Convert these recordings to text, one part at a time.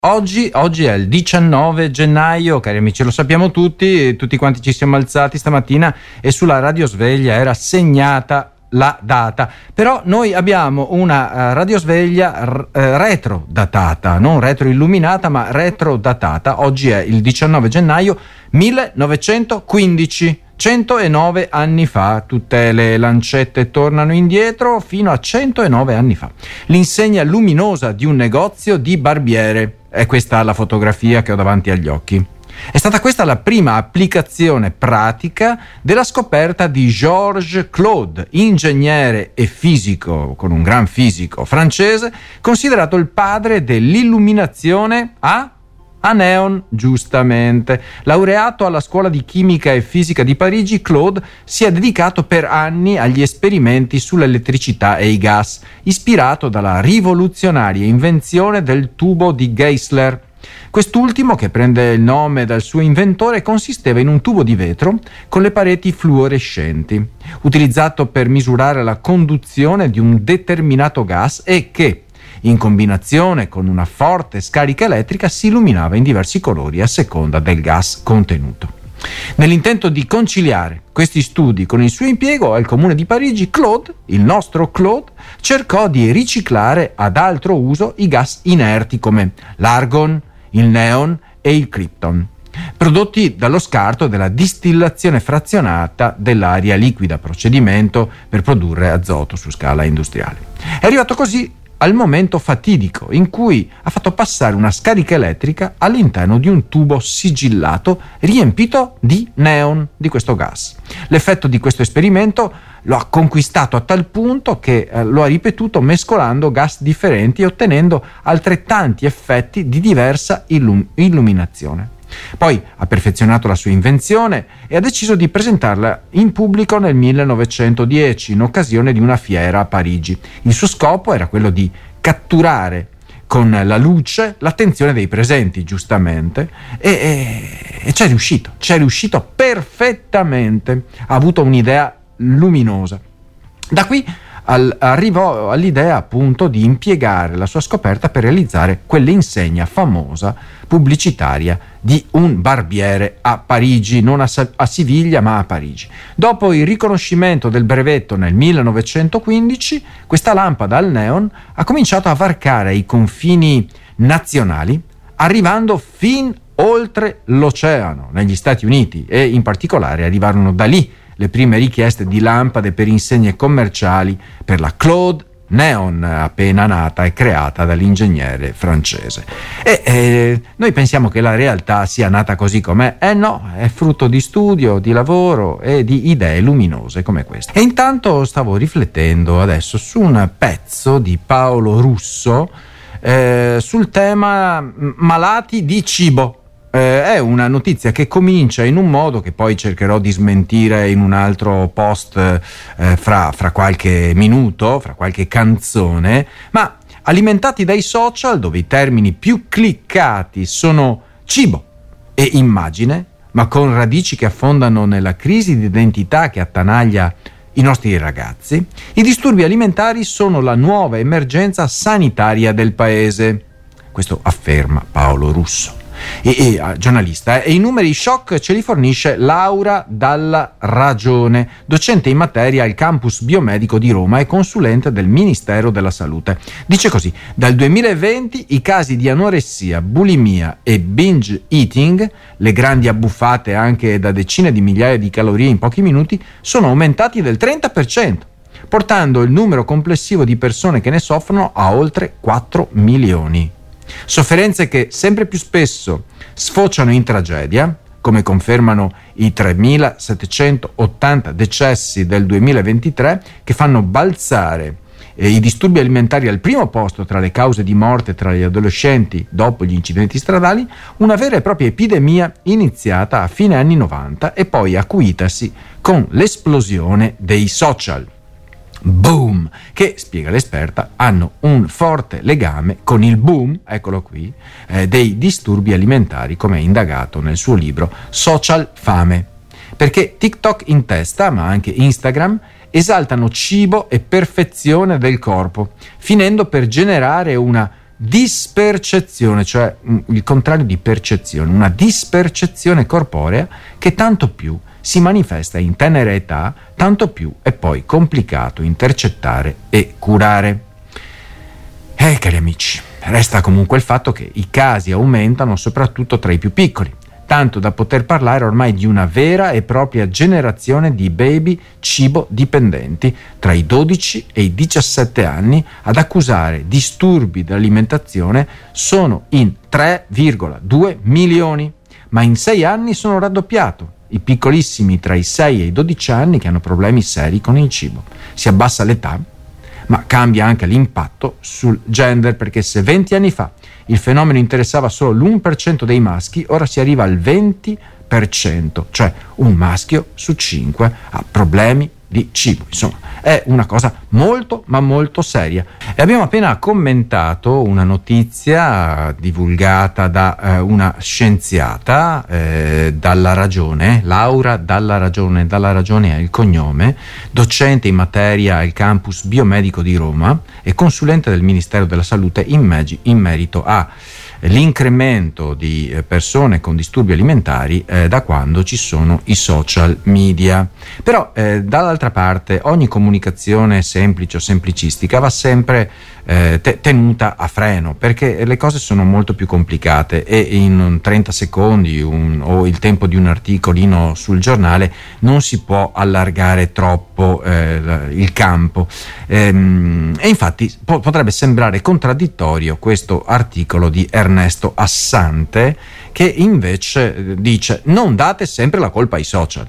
Oggi è il 19 gennaio, cari amici, lo sappiamo tutti quanti ci siamo alzati stamattina e sulla radiosveglia era segnata la data, però noi abbiamo una radiosveglia retrodatata, non retroilluminata ma retrodatata. Oggi è il 19 gennaio 1915. 109 anni fa, tutte le lancette tornano indietro fino a 109 anni fa. L'insegna luminosa di un negozio di barbiere. È questa la fotografia che ho davanti agli occhi. È stata questa la prima applicazione pratica della scoperta di Georges Claude, ingegnere e fisico, con un gran fisico francese, considerato il padre dell'illuminazione a neon, giustamente. Laureato alla Scuola di Chimica e Fisica di Parigi, Claude si è dedicato per anni agli esperimenti sull'elettricità e i gas, ispirato dalla rivoluzionaria invenzione del tubo di Geissler. Quest'ultimo, che prende il nome dal suo inventore, consisteva in un tubo di vetro con le pareti fluorescenti, utilizzato per misurare la conduzione di un determinato gas e che, in combinazione con una forte scarica elettrica, si illuminava in diversi colori a seconda del gas contenuto. Nell'intento di conciliare questi studi con il suo impiego al Comune di Parigi, Claude, il nostro Claude, cercò di riciclare ad altro uso i gas inerti come l'argon, il neon e il krypton, prodotti dallo scarto della distillazione frazionata dell'aria liquida, procedimento per produrre azoto su scala industriale. È arrivato così al momento fatidico in cui ha fatto passare una scarica elettrica all'interno di un tubo sigillato riempito di neon, di questo gas. L'effetto di questo esperimento lo ha conquistato a tal punto che lo ha ripetuto mescolando gas differenti e ottenendo altrettanti effetti di diversa illuminazione. Poi ha perfezionato la sua invenzione e ha deciso di presentarla in pubblico nel 1910 in occasione di una fiera a Parigi. Il suo scopo era quello di catturare con la luce l'attenzione dei presenti, giustamente, e c'è riuscito perfettamente. Ha avuto un'idea luminosa. Da qui arrivò all'idea appunto di impiegare la sua scoperta per realizzare quell'insegna famosa pubblicitaria di un barbiere a Parigi, non a Siviglia ma a Parigi. Dopo il riconoscimento del brevetto nel 1915, questa lampada al neon ha cominciato a varcare i confini nazionali, arrivando fin oltre l'oceano, negli Stati Uniti, e in particolare arrivarono da lì le prime richieste di lampade per insegne commerciali per la Claude Neon, appena nata e creata dall'ingegnere francese. Noi pensiamo che la realtà sia nata così com'è. No, è frutto di studio, di lavoro e di idee luminose come queste. E intanto stavo riflettendo adesso su un pezzo di Paolo Russo sul tema malati di cibo. È una notizia che comincia in un modo che poi cercherò di smentire in un altro post fra qualche minuto, fra qualche canzone, ma alimentati dai social, dove i termini più cliccati sono cibo e immagine, ma con radici che affondano nella crisi di identità che attanaglia i nostri ragazzi, i disturbi alimentari sono la nuova emergenza sanitaria del paese. Questo afferma Paolo Russo. Giornalista, e i numeri shock ce li fornisce Laura Dalla Ragione, docente in materia al campus biomedico di Roma e consulente del Ministero della Salute. Dice così: dal 2020 i casi di anoressia, bulimia e binge eating, le grandi abbuffate anche da decine di migliaia di calorie in pochi minuti, sono aumentati del 30%, portando il numero complessivo di persone che ne soffrono a oltre 4 milioni. Sofferenze che sempre più spesso sfociano in tragedia, come confermano i 3.780 decessi del 2023, che fanno balzare i disturbi alimentari al primo posto tra le cause di morte tra gli adolescenti dopo gli incidenti stradali, una vera e propria epidemia iniziata a fine anni 90 e poi acuitasi con l'esplosione dei social. Boom, che, spiega l'esperta, hanno un forte legame con il boom, eccolo qui, dei disturbi alimentari, come è indagato nel suo libro Social Fame. Perché TikTok in testa, ma anche Instagram, esaltano cibo e perfezione del corpo, finendo per generare una dispercezione, cioè il contrario di percezione, una dispercezione corporea che tanto più si manifesta in tenera età, tanto più è poi complicato intercettare e curare. Cari amici, resta comunque il fatto che i casi aumentano soprattutto tra i più piccoli, tanto da poter parlare ormai di una vera e propria generazione di baby cibo dipendenti tra i 12 e i 17 anni. Ad accusare disturbi dell'alimentazione sono in 3,2 milioni, ma in 6 anni sono raddoppiato i piccolissimi tra i 6 e i 12 anni che hanno problemi seri con il cibo. Si abbassa l'età, ma cambia anche l'impatto sul gender, perché se 20 anni fa il fenomeno interessava solo l'1% dei maschi, ora si arriva al 20%, cioè un maschio su 5 ha problemi di cibo. Insomma, è una cosa molto ma molto seria. E abbiamo appena commentato una notizia divulgata da una scienziata Dalla Ragione, Laura Dalla Ragione è il cognome, docente in materia al campus biomedico di Roma e consulente del Ministero della Salute in merito a l'incremento di persone con disturbi alimentari da quando ci sono i social media. Però dall'altra parte ogni comunicazione semplice o semplicistica va sempre tenuta a freno, perché le cose sono molto più complicate e in 30 secondi o il tempo di un articolino sul giornale non si può allargare troppo il campo, e infatti potrebbe sembrare contraddittorio questo articolo di Ernesto Assante, che invece dice: non date sempre la colpa ai social,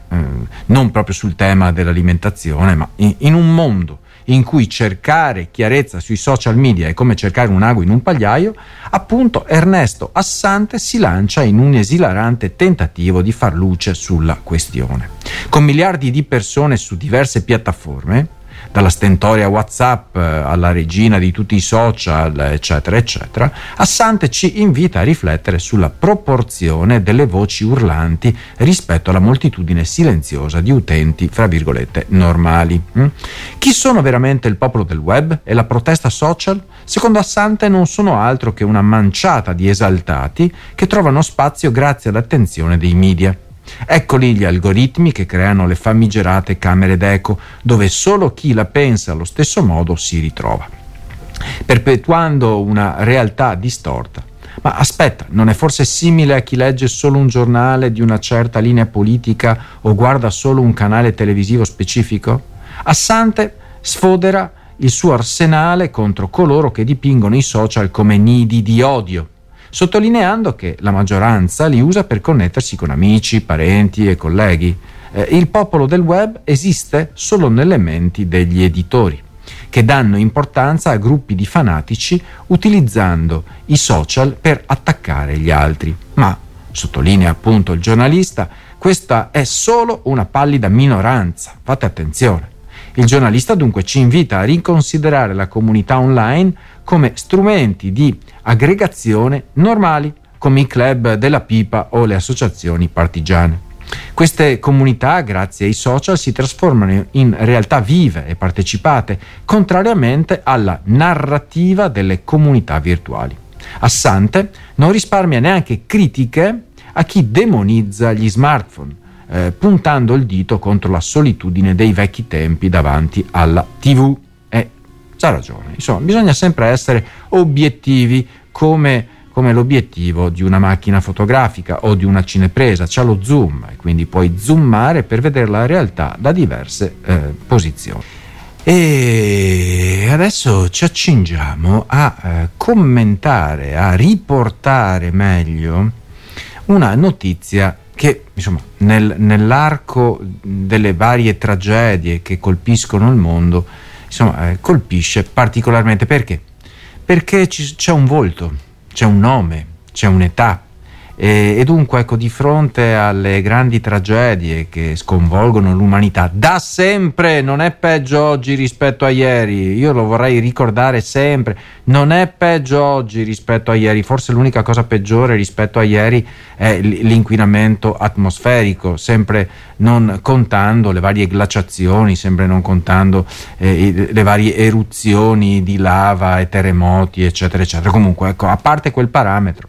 non proprio sul tema dell'alimentazione, ma in un mondo in cui cercare chiarezza sui social media è come cercare un ago in un pagliaio, appunto Ernesto Assante si lancia in un esilarante tentativo di far luce sulla questione. Con miliardi di persone su diverse piattaforme, dalla stentoria WhatsApp alla regina di tutti i social, eccetera, eccetera, Assante ci invita a riflettere sulla proporzione delle voci urlanti rispetto alla moltitudine silenziosa di utenti, fra virgolette, normali. Chi sono veramente il popolo del web e la protesta social? Secondo Assante non sono altro che una manciata di esaltati che trovano spazio grazie all'attenzione dei media. Eccoli gli algoritmi che creano le famigerate camere d'eco, dove solo chi la pensa allo stesso modo si ritrova, perpetuando una realtà distorta. Ma aspetta, non è forse simile a chi legge solo un giornale di una certa linea politica o guarda solo un canale televisivo specifico? Assante sfodera il suo arsenale contro coloro che dipingono i social come nidi di odio, sottolineando che la maggioranza li usa per connettersi con amici, parenti e colleghi. Il popolo del web esiste solo nelle menti degli editori, che danno importanza a gruppi di fanatici utilizzando i social per attaccare gli altri. Ma, sottolinea appunto il giornalista, questa è solo una pallida minoranza. Fate attenzione. Il giornalista dunque ci invita a riconsiderare la comunità online come strumenti di aggregazione normali, come i club della pipa o le associazioni partigiane. Queste comunità, grazie ai social, si trasformano in realtà vive e partecipate, contrariamente alla narrativa delle comunità virtuali. Assante non risparmia neanche critiche a chi demonizza gli smartphone, puntando il dito contro la solitudine dei vecchi tempi davanti alla TV. C'ha ragione, insomma, bisogna sempre essere obiettivi, come l'obiettivo di una macchina fotografica o di una cinepresa, c'ha lo zoom e quindi puoi zoomare per vedere la realtà da diverse posizioni. E adesso ci accingiamo a commentare, a riportare meglio una notizia che, insomma, nell'arco delle varie tragedie che colpiscono il mondo, insomma, colpisce particolarmente. Perché? Perché c'è un volto, c'è un nome, c'è un'età, E dunque, ecco, di fronte alle grandi tragedie che sconvolgono l'umanità da sempre, non è peggio oggi rispetto a ieri, io lo vorrei ricordare sempre, non è peggio oggi rispetto a ieri, forse l'unica cosa peggiore rispetto a ieri è l'inquinamento atmosferico, sempre non contando le varie glaciazioni, sempre non contando le varie eruzioni di lava e terremoti, eccetera eccetera. Comunque, ecco, a parte quel parametro,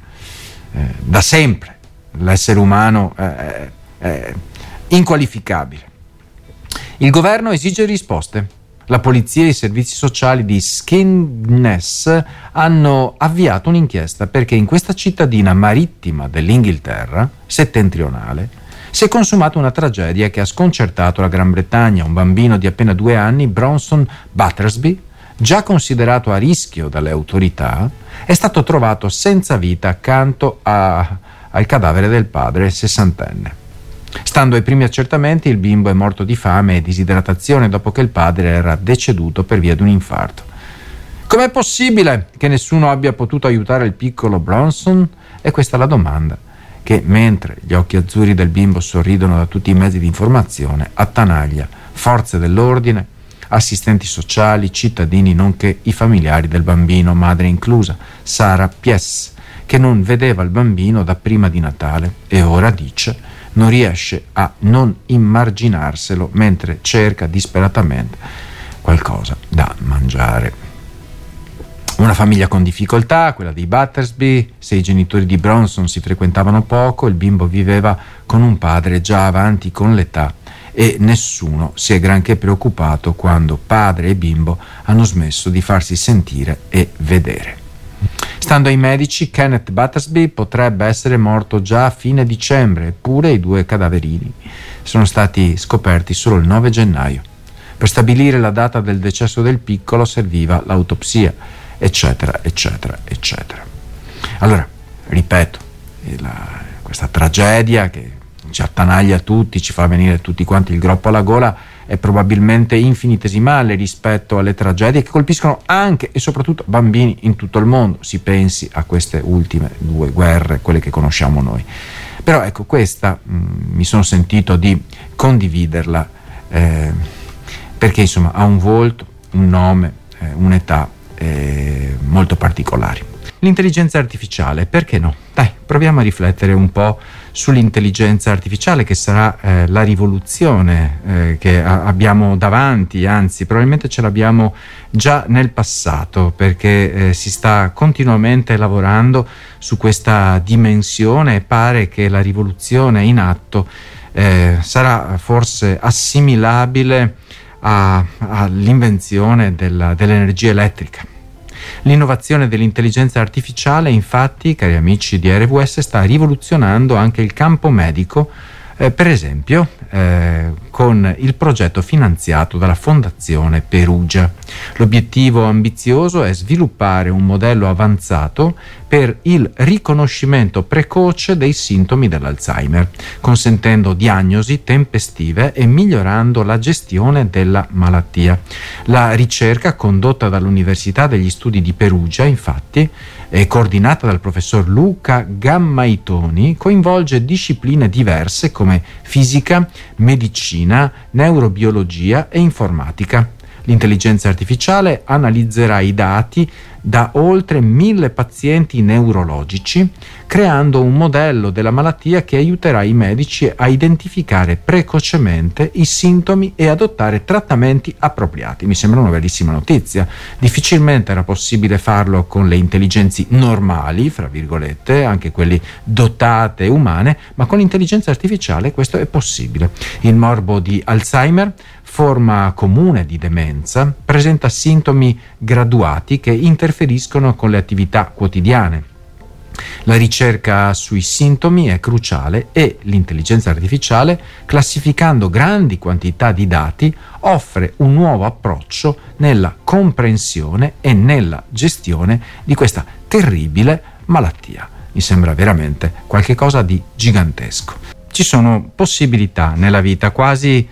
da sempre l'essere umano è inqualificabile. Il governo esige risposte. La polizia e i servizi sociali di Skegness hanno avviato un'inchiesta perché in questa cittadina marittima dell'Inghilterra settentrionale si è consumata una tragedia che ha sconcertato la Gran Bretagna. Un bambino di appena 2 anni, Bronson Battersby, già considerato a rischio dalle autorità, è stato trovato senza vita accanto al cadavere del padre 60enne. Stando ai primi accertamenti, il bimbo è morto di fame e disidratazione dopo che il padre era deceduto per via di un infarto. Com'è possibile che nessuno abbia potuto aiutare il piccolo Bronson? E questa è la domanda che, mentre gli occhi azzurri del bimbo sorridono da tutti i mezzi di informazione, attanaglia forze dell'ordine, assistenti sociali, cittadini, nonché i familiari del bambino, madre inclusa, Sara Pies, che non vedeva il bambino da prima di Natale e ora dice non riesce a non immarginarselo mentre cerca disperatamente qualcosa da mangiare. Una famiglia con difficoltà, quella dei Battersby. Se i genitori di Bronson si frequentavano poco, il bimbo viveva con un padre già avanti con l'età e nessuno si è granché preoccupato quando padre e bimbo hanno smesso di farsi sentire e vedere. Stando ai medici, Kenneth Battersby potrebbe essere morto già a fine dicembre, eppure i 2 cadaverini sono stati scoperti solo il 9 gennaio. Per stabilire la data del decesso del piccolo serviva l'autopsia, eccetera, eccetera, eccetera. Allora, ripeto, questa tragedia che ci attanaglia tutti, ci fa venire tutti quanti il groppo alla gola, è probabilmente infinitesimale rispetto alle tragedie che colpiscono anche e soprattutto bambini in tutto il mondo. Si pensi a queste ultime 2 guerre, quelle che conosciamo noi. Però ecco, questa mi sono sentito di condividerla perché insomma ha un volto, un nome, un'età molto particolari. L'intelligenza artificiale, perché no? Dai, proviamo a riflettere un po' sull'intelligenza artificiale, che sarà la rivoluzione che abbiamo davanti, anzi probabilmente ce l'abbiamo già nel passato, perché si sta continuamente lavorando su questa dimensione e pare che la rivoluzione in atto sarà forse assimilabile all'invenzione dell'energia elettrica. L'innovazione dell'intelligenza artificiale, infatti, cari amici di RWS, sta rivoluzionando anche il campo medico, per esempio con il progetto finanziato dalla Fondazione Perugia. L'obiettivo ambizioso è sviluppare un modello avanzato per il riconoscimento precoce dei sintomi dell'Alzheimer, consentendo diagnosi tempestive e migliorando la gestione della malattia. La ricerca condotta dall'Università degli Studi di Perugia, infatti, e coordinata dal professor Luca Gammaitoni, coinvolge discipline diverse come fisica, medicina, neurobiologia e informatica. L'intelligenza artificiale analizzerà i dati da oltre 1000 pazienti neurologici, creando un modello della malattia che aiuterà i medici a identificare precocemente i sintomi e adottare trattamenti appropriati. Mi sembra una bellissima notizia. Difficilmente era possibile farlo con le intelligenze normali, fra virgolette, anche quelle dotate umane, ma con l'intelligenza artificiale questo è possibile. Il morbo di Alzheimer, forma comune di demenza, presenta sintomi graduati che interferiscono con le attività quotidiane. La ricerca sui sintomi è cruciale e l'intelligenza artificiale, classificando grandi quantità di dati, offre un nuovo approccio nella comprensione e nella gestione di questa terribile malattia. Mi sembra veramente qualcosa di gigantesco. Ci sono possibilità nella vita quasi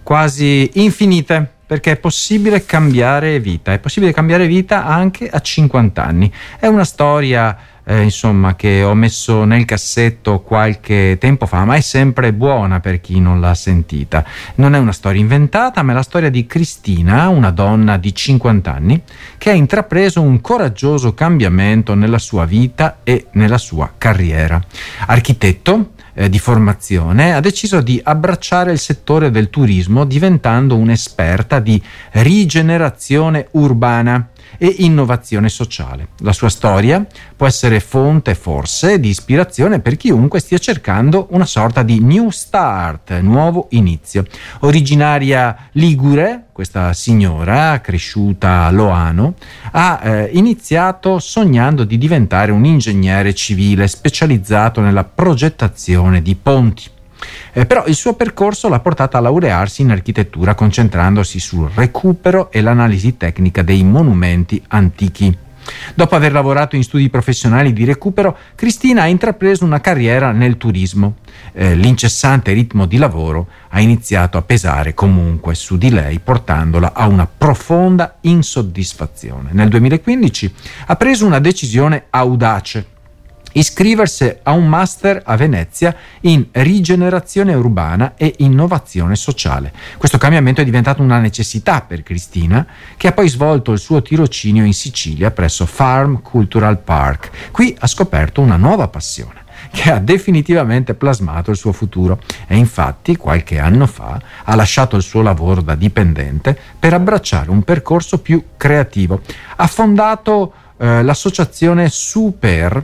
infinite, perché è possibile cambiare vita anche a 50 anni. È una storia insomma, che ho messo nel cassetto qualche tempo fa, ma è sempre buona per chi non l'ha sentita. Non è una storia inventata, ma è la storia di Cristina, una donna di 50 anni che ha intrapreso un coraggioso cambiamento nella sua vita e nella sua carriera. Architetto di formazione, ha deciso di abbracciare il settore del turismo diventando un'esperta di rigenerazione urbana e innovazione sociale. La sua storia può essere fonte forse di ispirazione per chiunque stia cercando una sorta di new start, nuovo inizio. Originaria ligure, questa signora, cresciuta a Loano, ha iniziato sognando di diventare un ingegnere civile specializzato nella progettazione di ponti. Però il suo percorso l'ha portata a laurearsi in architettura, concentrandosi sul recupero e l'analisi tecnica dei monumenti antichi. Dopo aver lavorato in studi professionali di recupero, Cristina ha intrapreso una carriera nel turismo. L'incessante ritmo di lavoro ha iniziato a pesare comunque su di lei, portandola a una profonda insoddisfazione. Nel 2015 ha preso una decisione audace: iscriversi a un master a Venezia in rigenerazione urbana e innovazione sociale. Questo cambiamento è diventato una necessità per Cristina, che ha poi svolto il suo tirocinio in Sicilia presso Farm Cultural Park. Qui ha scoperto una nuova passione che ha definitivamente plasmato il suo futuro, e infatti qualche anno fa ha lasciato il suo lavoro da dipendente per abbracciare un percorso più creativo. Ha fondato l'associazione Super.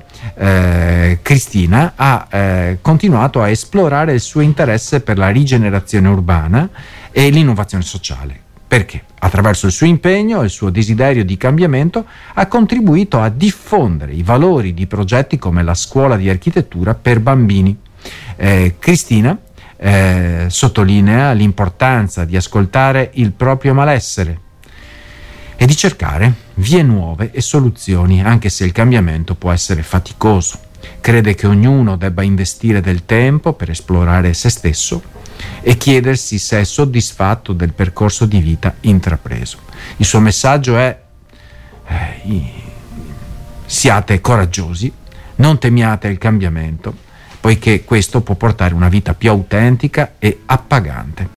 Cristina ha continuato a esplorare il suo interesse per la rigenerazione urbana e l'innovazione sociale, perché attraverso il suo impegno e il suo desiderio di cambiamento ha contribuito a diffondere i valori di progetti come la scuola di architettura per bambini. Cristina sottolinea l'importanza di ascoltare il proprio malessere e di cercare vie nuove e soluzioni, anche se il cambiamento può essere faticoso. Crede che ognuno debba investire del tempo per esplorare se stesso e chiedersi se è soddisfatto del percorso di vita intrapreso. Il suo messaggio è: siate coraggiosi, non temiate il cambiamento, poiché questo può portare una vita più autentica e appagante.